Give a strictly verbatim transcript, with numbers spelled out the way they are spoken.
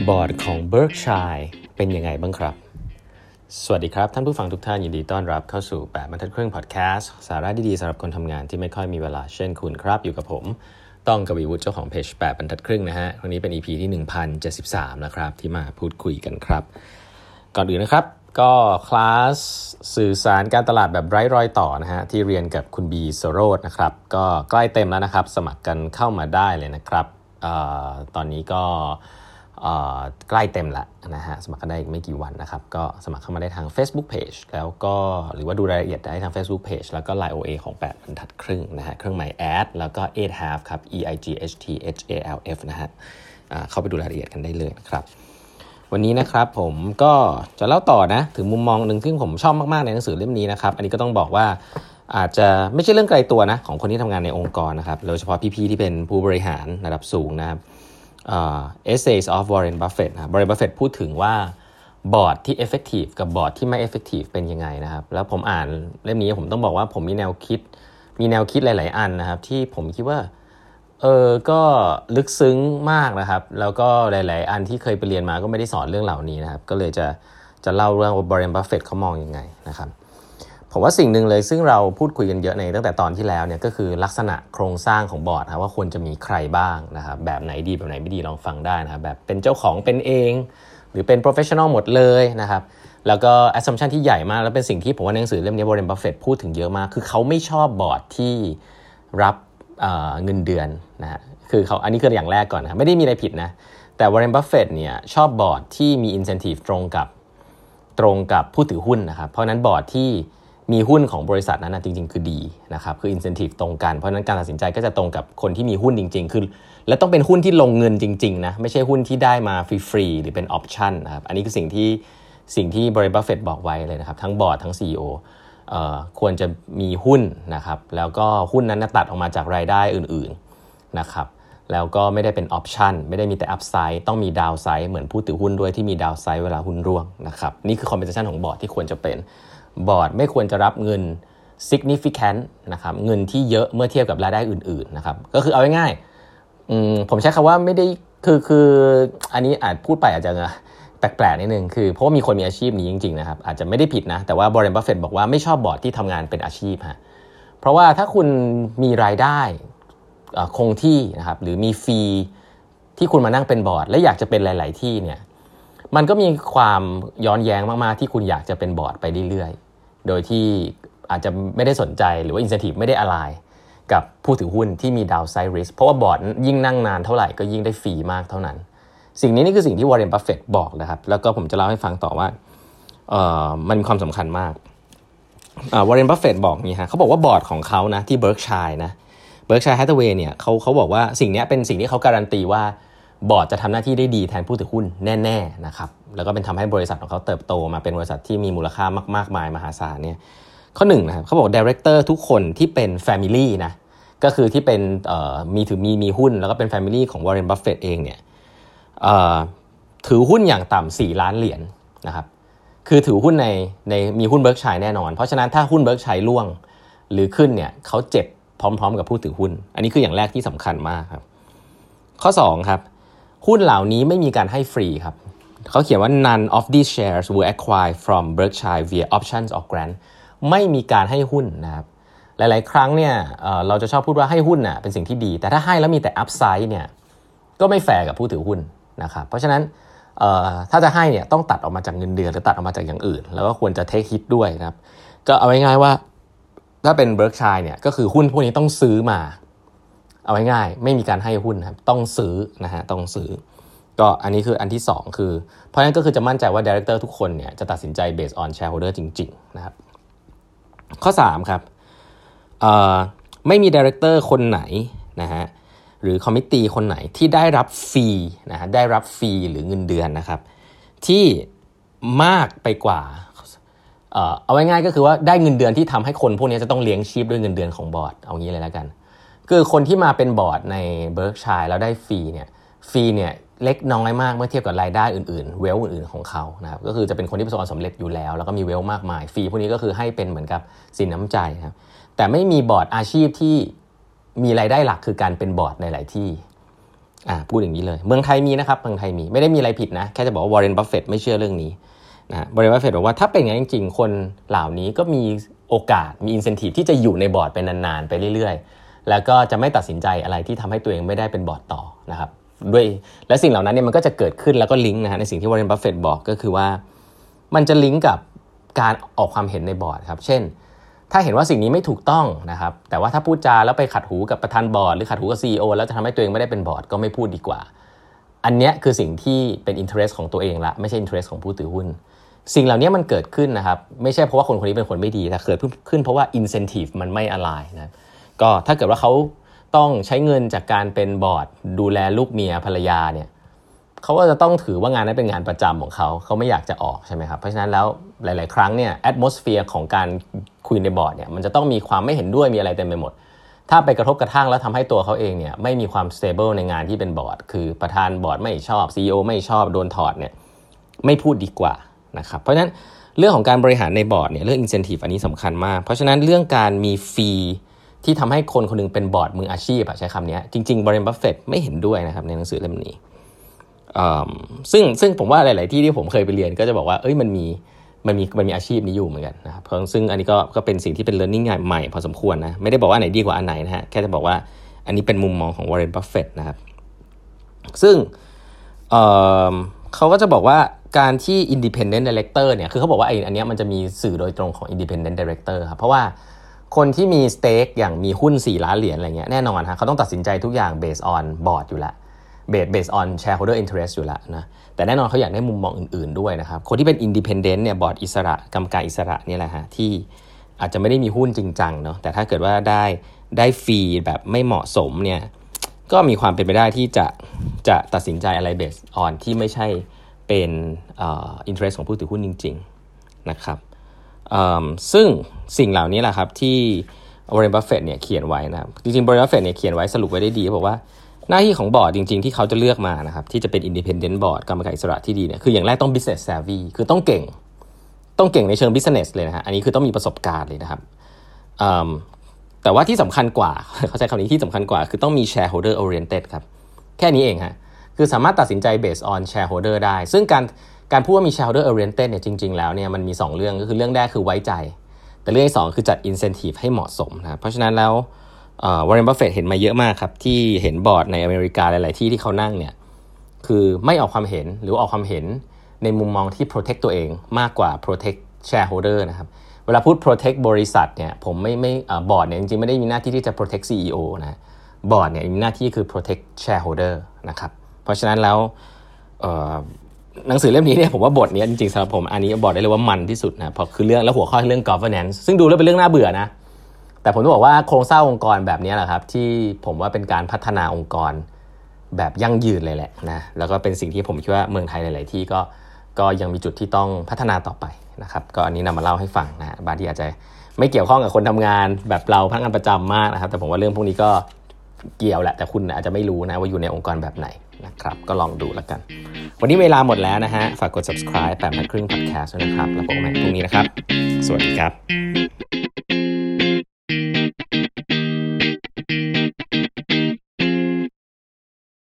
บอร์ดของ Berkshire เป็นยังไงบ้างครับสวัสดีครับท่านผู้ฟังทุกท่านยินดีต้อนรับเข้าสู่แปดบรรทัดครึ่งพอดแคสต์สาระดีๆสำหรับคนทำงานที่ไม่ค่อยมีเวลาเช่นคุณครับอยู่กับผมต้องกวีวุฒิเจ้าของเพจแปดบรรทัดครึ่งนะฮะวันนี้เป็น อี พี ที่ หนึ่งพันเจ็ดสิบสาม นะครับที่มาพูดคุยกันครับก่อนอื่นนะครับก็คลาสสื่อสารการตลาดแบบไร้รอยต่อนะฮะที่เรียนกับคุณบีสโรจน์นะครับก็ใกล้เต็มแล้วนะครับสมัครกันเข้ามาได้เลยนะครับเอ่อตอนนี้ก็ใกล้เต็มแล้วนะฮะสมัครกันได้อีกไม่กี่วันนะครับก็สมัครเข้ามาได้ทาง Facebook Page แล้วก็หรือว่าดูรายละเอียดได้ทาง Facebook Page แล้วก็ ไลน์ โอ เอ ของแปดบรรทัดครึ่งนะฮะเครื่องหมาย แอด แล้วก็ eight half ครับ E I G H T H A L F นะฮะเข้าไปดูรายละเอียดกันได้เลยนะครับวันนี้นะครับผมก็จะเล่าต่อนะถึงมุมมองนึงที่ผมชอบมากๆในหนังสือเล่มนี้นะครับอันนี้ก็ต้องบอกว่าอาจจะไม่ใช่เรื่องไกลตัวนะของคนที่ทำงานในองค์กรนะครับโดยเฉพาะพี่ๆที่เป็นผู้บริหารระดับสูงนะครับUh, Essays of Warren Buffett นะ Warren Buffett พูดถึงว่าบอร์ดที่ effective กับบอร์ดที่ไม่ effective เป็นยังไงนะครับแล้วผมอ่านเล่มนี้ผมต้องบอกว่าผมมีแนวคิดมีแนวคิดหลายๆอันนะครับที่ผมคิดว่าเออก็ลึกซึ้งมากนะครับแล้วก็หลายๆอันที่เคยไปเรียนมาก็ไม่ได้สอนเรื่องเหล่านี้นะครับก็เลยจะจะเล่าเรื่องว่า Warren Buffett เขามองยังไงนะครับผมว่าสิ่งหนึ่งเลยซึ่งเราพูดคุยกันเยอะในตั้งแต่ตอนที่แล้วเนี่ยก็คือลักษณะโครงสร้างของบอร์ดครับว่าควรจะมีใครบ้างนะครับแบบไหนดีแบบไหนไม่ดีลองฟังได้นะครับแบบเป็นเจ้าของเป็นเองหรือเป็น professional หมดเลยนะครับแล้วก็ assumption ที่ใหญ่มากแล้วเป็นสิ่งที่ผมว่าในหนังสือเล่มนี้ Warren Buffett พูดถึงเยอะมากคือเขาไม่ชอบบอร์ดที่รับเอ่อเงินเดือนนะฮะคือเขาอันนี้คืออย่างแรกก่อนนะไม่ได้มีอะไรผิดนะแต่ Warren Buffett เนี่ยชอบบอร์ดที่มี incentive ตรงกับตรงกับผู้ถือหุ้นนะครับเพราะนั้นบอร์ดที่มีหุ้นของบริษัทนั้นนะจริงๆคือดีนะครับคือ incentive ตรงกันเพราะนั้นการตัดสินใจก็จะตรงกับคนที่มีหุ้นจริงๆคือและต้องเป็นหุ้นที่ลงเงินจริงๆนะไม่ใช่หุ้นที่ได้มาฟรีๆหรือเป็น option นะครับอันนี้คือสิ่งที่สิ่งที่บริษัทบัฟเฟตต์บอกไว้เลยนะครับทั้งบอร์ดทั้ง ซี อี โอ เอ่อควรจะมีหุ้นนะครับแล้วก็หุ้นนั้นตัดออกมาจากรายได้อื่นๆนะครับแล้วก็ไม่ได้เป็น option ไม่ได้มีแต่ upside ต้องมี downside เหมือนผู้ถือหุ้นด้วยที่มี downside เวลาหุ้นร่วงนะครับนี่คือ compensation ของบอร์ดที่ควรจะเป็นบอร์ดไม่ควรจะรับเงิน significant นะครับเงินที่เยอะเมื่อเทียบกับรายได้อื่นๆนะครับก็คือเอาง่ายๆผมใช้คำว่าไม่ได้คือคืออันนี้อาจพูดไปอาจจะแปลกๆนิดนึงคือเพราะว่ามีคนมีอาชีพนี้จริงๆนะครับอาจจะไม่ได้ผิดนะแต่ว่า Warren Buffett บอกว่าไม่ชอบบอร์ดที่ทำงานเป็นอาชีพฮะเพราะว่าถ้าคุณมีรายได้คงที่นะครับหรือมีฟรีที่คุณมานั่งเป็นบอร์ดและอยากจะเป็นหลายๆที่เนี่ยมันก็มีความย้อนแย้งมากๆที่คุณอยากจะเป็นบอร์ดไปเรื่อยๆโดยที่อาจจะไม่ได้สนใจหรือว่า incentive ไม่ได้อะไรกับผู้ถือหุ้นที่มี downside risk เพราะว่าบอร์ดยิ่งนั่งนานเท่าไหร่ก็ยิ่งได้ฟรีมากเท่านั้นสิ่งนี้นี่คือสิ่งที่ Warren Buffett บอกนะครับแล้วก็ผมจะเล่าให้ฟังต่อว่าเอ่อมันมีความสำคัญมากอ่า Warren Buffett บอกนี่ฮะเขาบอกว่าบอร์ดของเขานะที่ Berkshire นะ Berkshire Hathaway เนี่ยเขาเขาบอกว่าสิ่งนี้เป็นสิ่งที่เขาการันตีว่าบอร์ดจะทำหน้าที่ได้ดีแทนผู้ถือหุ้นแน่ๆนะครับแล้วก็เป็นทำให้บริษัทของเขาเติบโตมาเป็นบริษัทที่มีมูลค่ามากมายมหาศาลเนี่ยข้อหนึ่งนะครับเขาบอก Director ทุกคนที่เป็น Family นะก็คือที่เป็นเอ่อมีถือมีมีหุ้นแล้วก็เป็น Family ของ Warren Buffett เองเนี่ยเอ่อถือหุ้นอย่างต่ำสี่ล้านเหรียญ นะครับคือถือหุ้นในในมีหุ้น Berkshire แน่นอนเพราะฉะนั้นถ้าหุ้น Berkshire ร่วงหรือขึ้นเนี่ยเขาเจ็บพร้อมๆกับผู้ถือหุ้นอันนี้คืออย่างแรกที่สำคัญมากครับข้อสองครับหุ้นเหล่านี้ไม่มีการให้ฟรีครับเขาเขียนว่า none of these shares were acquired from Berkshire via options or grant ไม่มีการให้หุ้นนะครับหลายๆครั้งเนี่ย เอ่อ เราจะชอบพูดว่าให้หุ้นน่ะเป็นสิ่งที่ดีแต่ถ้าให้แล้วมีแต่ upside เนี่ยก็ไม่แฟร์กับผู้ถือหุ้นนะครับเพราะฉะนั้นเอ่อถ้าจะให้เนี่ยต้องตัดออกมาจากเงินเดือนหรือตัดออกมาจากอย่างอื่นแล้วก็ควรจะ take hit ด้วยนะครับก็เอาง่ายๆว่าถ้าเป็น Berkshire เนี่ยก็คือหุ้นพวกนี้ต้องซื้อมาเอาง่ายๆไม่มีการให้หุ้นครับต้องซื้อนะฮะต้องซื้อก็อันนี้คืออันที่สองคือเพราะฉะนั้นก็คือจะมั่นใจว่า Director ทุกคนเนี่ยจะตัดสินใจ based on shareholder จริงๆนะครับข้อสามครับเอ่อไม่มี Director คนไหนนะฮะหรือ Committee คนไหนที่ได้รับฟรีนะฮะได้รับฟรีหรือเงินเดือนนะครับที่มากไปกว่าเอ่อเอาง่ายๆก็คือว่าได้เงินเดือนที่ทำให้คนพวกนี้จะต้องเลี้ยงชีพด้วยเงินเดือนของบอร์ดเอางี้เลยแล้วกันคือคนที่มาเป็นบอร์ดใน Berkshire แล้วได้ฟรีเนี่ยฟรีเนี่ยเล็กน้อยมากเมื่อเทียบกับรายได้อื่นๆเวลอื่นๆของเขานะครับก็คือจะเป็นคนที่ประสบความสำเร็จอยู่แล้วแล้วก็มีเวลมากมายฟรีพวกนี้ก็คือให้เป็นเหมือนกับสินน้ำใจครับแต่ไม่มีบอร์ดอาชีพที่มีรายได้หลักคือการเป็นบอร์ดในหลายที่อ่าพูดอย่างนี้เลยเมืองไทยมีนะครับเมืองไทยมีไม่ได้มีอะไรผิดนะแค่จะบอกว่าวอร์เรน บัฟเฟตต์ไม่เชื่อเรื่องนี้นะวอร์เรน บัฟเฟตต์บอกว่าถ้าเป็นอย่างนั้นจริงๆคนเหล่านี้ก็มีโอกาสมี incentive ที่จะอยู่ในบอร์ดไปนานๆไปเรื่อยๆแล้วก็จะไม่ตัดสินใจอะไรที่ทำให้ตัวเองไม่ได้เป็นบอร์ดต่อนะครับด้วยและสิ่งเหล่านั้นเนี่ยมันก็จะเกิดขึ้นแล้วก็ลิงก์นะฮะในสิ่งที่วอร์เรน บัฟเฟตต์บอกก็คือว่ามันจะลิงก์กับการออกความเห็นในบอร์ดครับเช่นถ้าเห็นว่าสิ่งนี้ไม่ถูกต้องนะครับแต่ว่าถ้าพูดจาแล้วไปขัดหูกับประธานบอร์ดหรือขัดหูกับ ซี อี โอ แล้วจะทำให้ตัวเองไม่ได้เป็นบอร์ดก็ไม่พูดดีกว่าอันเนี้ยคือสิ่งที่เป็น interest ของตัวเองละไม่ใช่ interest ของผู้ถือหุ้นสิ่งเหล่านี้มันเกิดขึ้นนะครับไม่ใช่เพราะว่าคนคนนี้เป็นคนไม่ดีแต่เกิดขึ้นเพราะว่า incentive มันไม่ align นะก็ถ้าเกิดว่าเขาต้องใช้เงินจากการเป็นบอร์ดดูแลลูกเมียภรรยาเนี่ยเขาก็จะต้องถือว่างานนั้นเป็นงานประจำของเขาเขาไม่อยากจะออกใช่ไหมครับเพราะฉะนั้นแล้วหลายๆครั้งเนี่ย atmosphere ของการคุยในบอร์ดเนี่ยมันจะต้องมีความไม่เห็นด้วยมีอะไรเต็มไปหมดถ้าไปกระทบกระทั่งแล้วทำให้ตัวเขาเองเนี่ยไม่มีความ stable ในงานที่เป็นบอร์ดคือประธานบอร์ดไม่ชอบ ซี อี โอ ไม่ชอบโดนถอดเนี่ยไม่พูดดีกว่านะครับเพราะฉะนั้นเรื่องของการบริหารในบอร์ดเนี่ยเรื่อง incentive อันนี้สำคัญมากเพราะฉะนั้นเรื่องการมีฟีที่ทำให้คนคนนึงเป็นบอร์ดมืออาชีพใช้คำนี้จริงๆ Warren Buffett ไม่เห็นด้วยนะครับในหนังสือเล่มนี้ซึ่งซึ่งผมว่าหลายๆที่ที่ผมเคยไปเรียนก็จะบอกว่าเอ้ยมันมีมันมีมันมีอาชีพนี้อยู่เหมือนกันนะครับเพราะซึ่งอันนี้ก็ก็เป็นสิ่งที่เป็น learning ใหม่พอสมควรนะไม่ได้บอกว่าอันไหนดีกว่าอันไหนนะฮะแค่จะบอกว่าอันนี้เป็นมุมมองของ Warren Buffett นะครับซึ่ง เอ่อเขาก็จะบอกว่าการที่ independent director เนี่ยคือเขาบอกว่าไอ้อันนี้มันจะมีสื่อโดยตรงของ independent director ครับเพราะว่าคนที่มีสเต็กอย่างมีหุ้นสี่ล้านเหรียญอะไรเงี้ยแน่นอนฮะเขาต้องตัดสินใจทุกอย่าง based on board อยู่แล้ว based based on shareholder interest อยู่แล้วนะแต่แน่นอนเขาอยากได้มุมมองอื่นๆด้วยนะครับคนที่เป็น independent เนี่ยบอร์ดอิสระกรรมการอิสระนี่แหละฮะที่อาจจะไม่ได้มีหุ้นจริงจังเนาะแต่ถ้าเกิดว่าได้ได้ฟรีแบบไม่เหมาะสมเนี่ยก็มีความเป็นไปได้ที่จะจะตัดสินใจอะไรเบสออนที่ไม่ใช่เป็นเอ่อ interest ของผู้ถือหุ้นจริงๆนะครับซึ่งสิ่งเหล่านี้แหละครับที่ Warren Buffett เนี่ยเขียนไว้นะครับจริงๆ Warren Buffett เนี่ยเขียนไว้สรุปไว้ได้ดีบอกว่าหน้าที่ของบอร์ดจริงๆที่เขาจะเลือกมานะครับที่จะเป็น independent board กรรมการอิสระที่ดีเนี่ยคืออย่างแรกต้อง business savvy คือต้องเก่งต้องเก่งในเชิง business เลยนะฮะอันนี้คือต้องมีประสบการณ์เลยนะครับแต่ว่าที่สำคัญกว่าเขาใช้คำนี้ที่สำคัญกว่าคือต้องมี shareholder oriented ครับแค่นี้เองฮะคือสามารถตัดสินใจ based on shareholder ได้ซึ่งการการพูดว่ามี shareholder oriented เนี่ยจริงๆแล้วเนี่ยมันมีสองเรื่องก็คือเรื่องแรกคือไว้ใจแต่เรื่องที่สองคือจัด incentive ให้เหมาะสมนะเพราะฉะนั้นแล้ววอร์เรน บัฟเฟตต์เห็นมาเยอะมากครับที่เห็นบอร์ดในอเมริกาหลายๆที่ที่เขานั่งเนี่ยคือไม่ออกความเห็นหรือออกความเห็นในมุมมองที่ protect ตัวเองมากกว่า protect shareholder นะครับเวลาพูด protect บริษัทเนี่ยผมไม่ไม่บอร์ดเนี่ยจริงๆไม่ได้มีหน้าที่ที่จะ protect ซี อี โอ นะบอร์ดเนี่ยมีหน้าที่คือ protect shareholder นะครับเพราะฉะนั้นแล้วหนังสือเล่มนี้เนี่ยผมว่าบทนี้จริงๆสำหรับผมอันนี้บอกได้เลยว่ามันที่สุดนะเพราะคือเรื่องแล้วหัวข้อเรื่อง governance ซึ่งดูแล้วเป็นเรื่องน่าเบื่อนะแต่ผมต้องบอกว่าโครงสร้างองค์กรแบบนี้แหละครับที่ผมว่าเป็นการพัฒนาองค์กรแบบยั่งยืนเลยแหละนะแล้วก็เป็นสิ่งที่ผมคิดว่าเมืองไทยหลายๆที่ก็ก็ยังมีจุดที่ต้องพัฒนาต่อไปนะครับก็อันนี้นำมาเล่าให้ฟังนะบางทีอาจจะไม่เกี่ยวข้องกับคนทำงานแบบเราพนักงานประจำมากนะครับแต่ผมว่าเรื่องพวกนี้ก็เกี่ยวแหละแต่คุณอาจจะไม่รู้นะว่าอยู่ในองค์กรแบบไหนนะครับก็ลองดูแล้วกันวันนี้เวลาหมดแล้วนะฮะฝากกด subscribe แปดโมงครึ่ง podcast ด้วยนะครับแล้วพบกันใหม่พรุ่งนี้นะครับสวัสดีครับ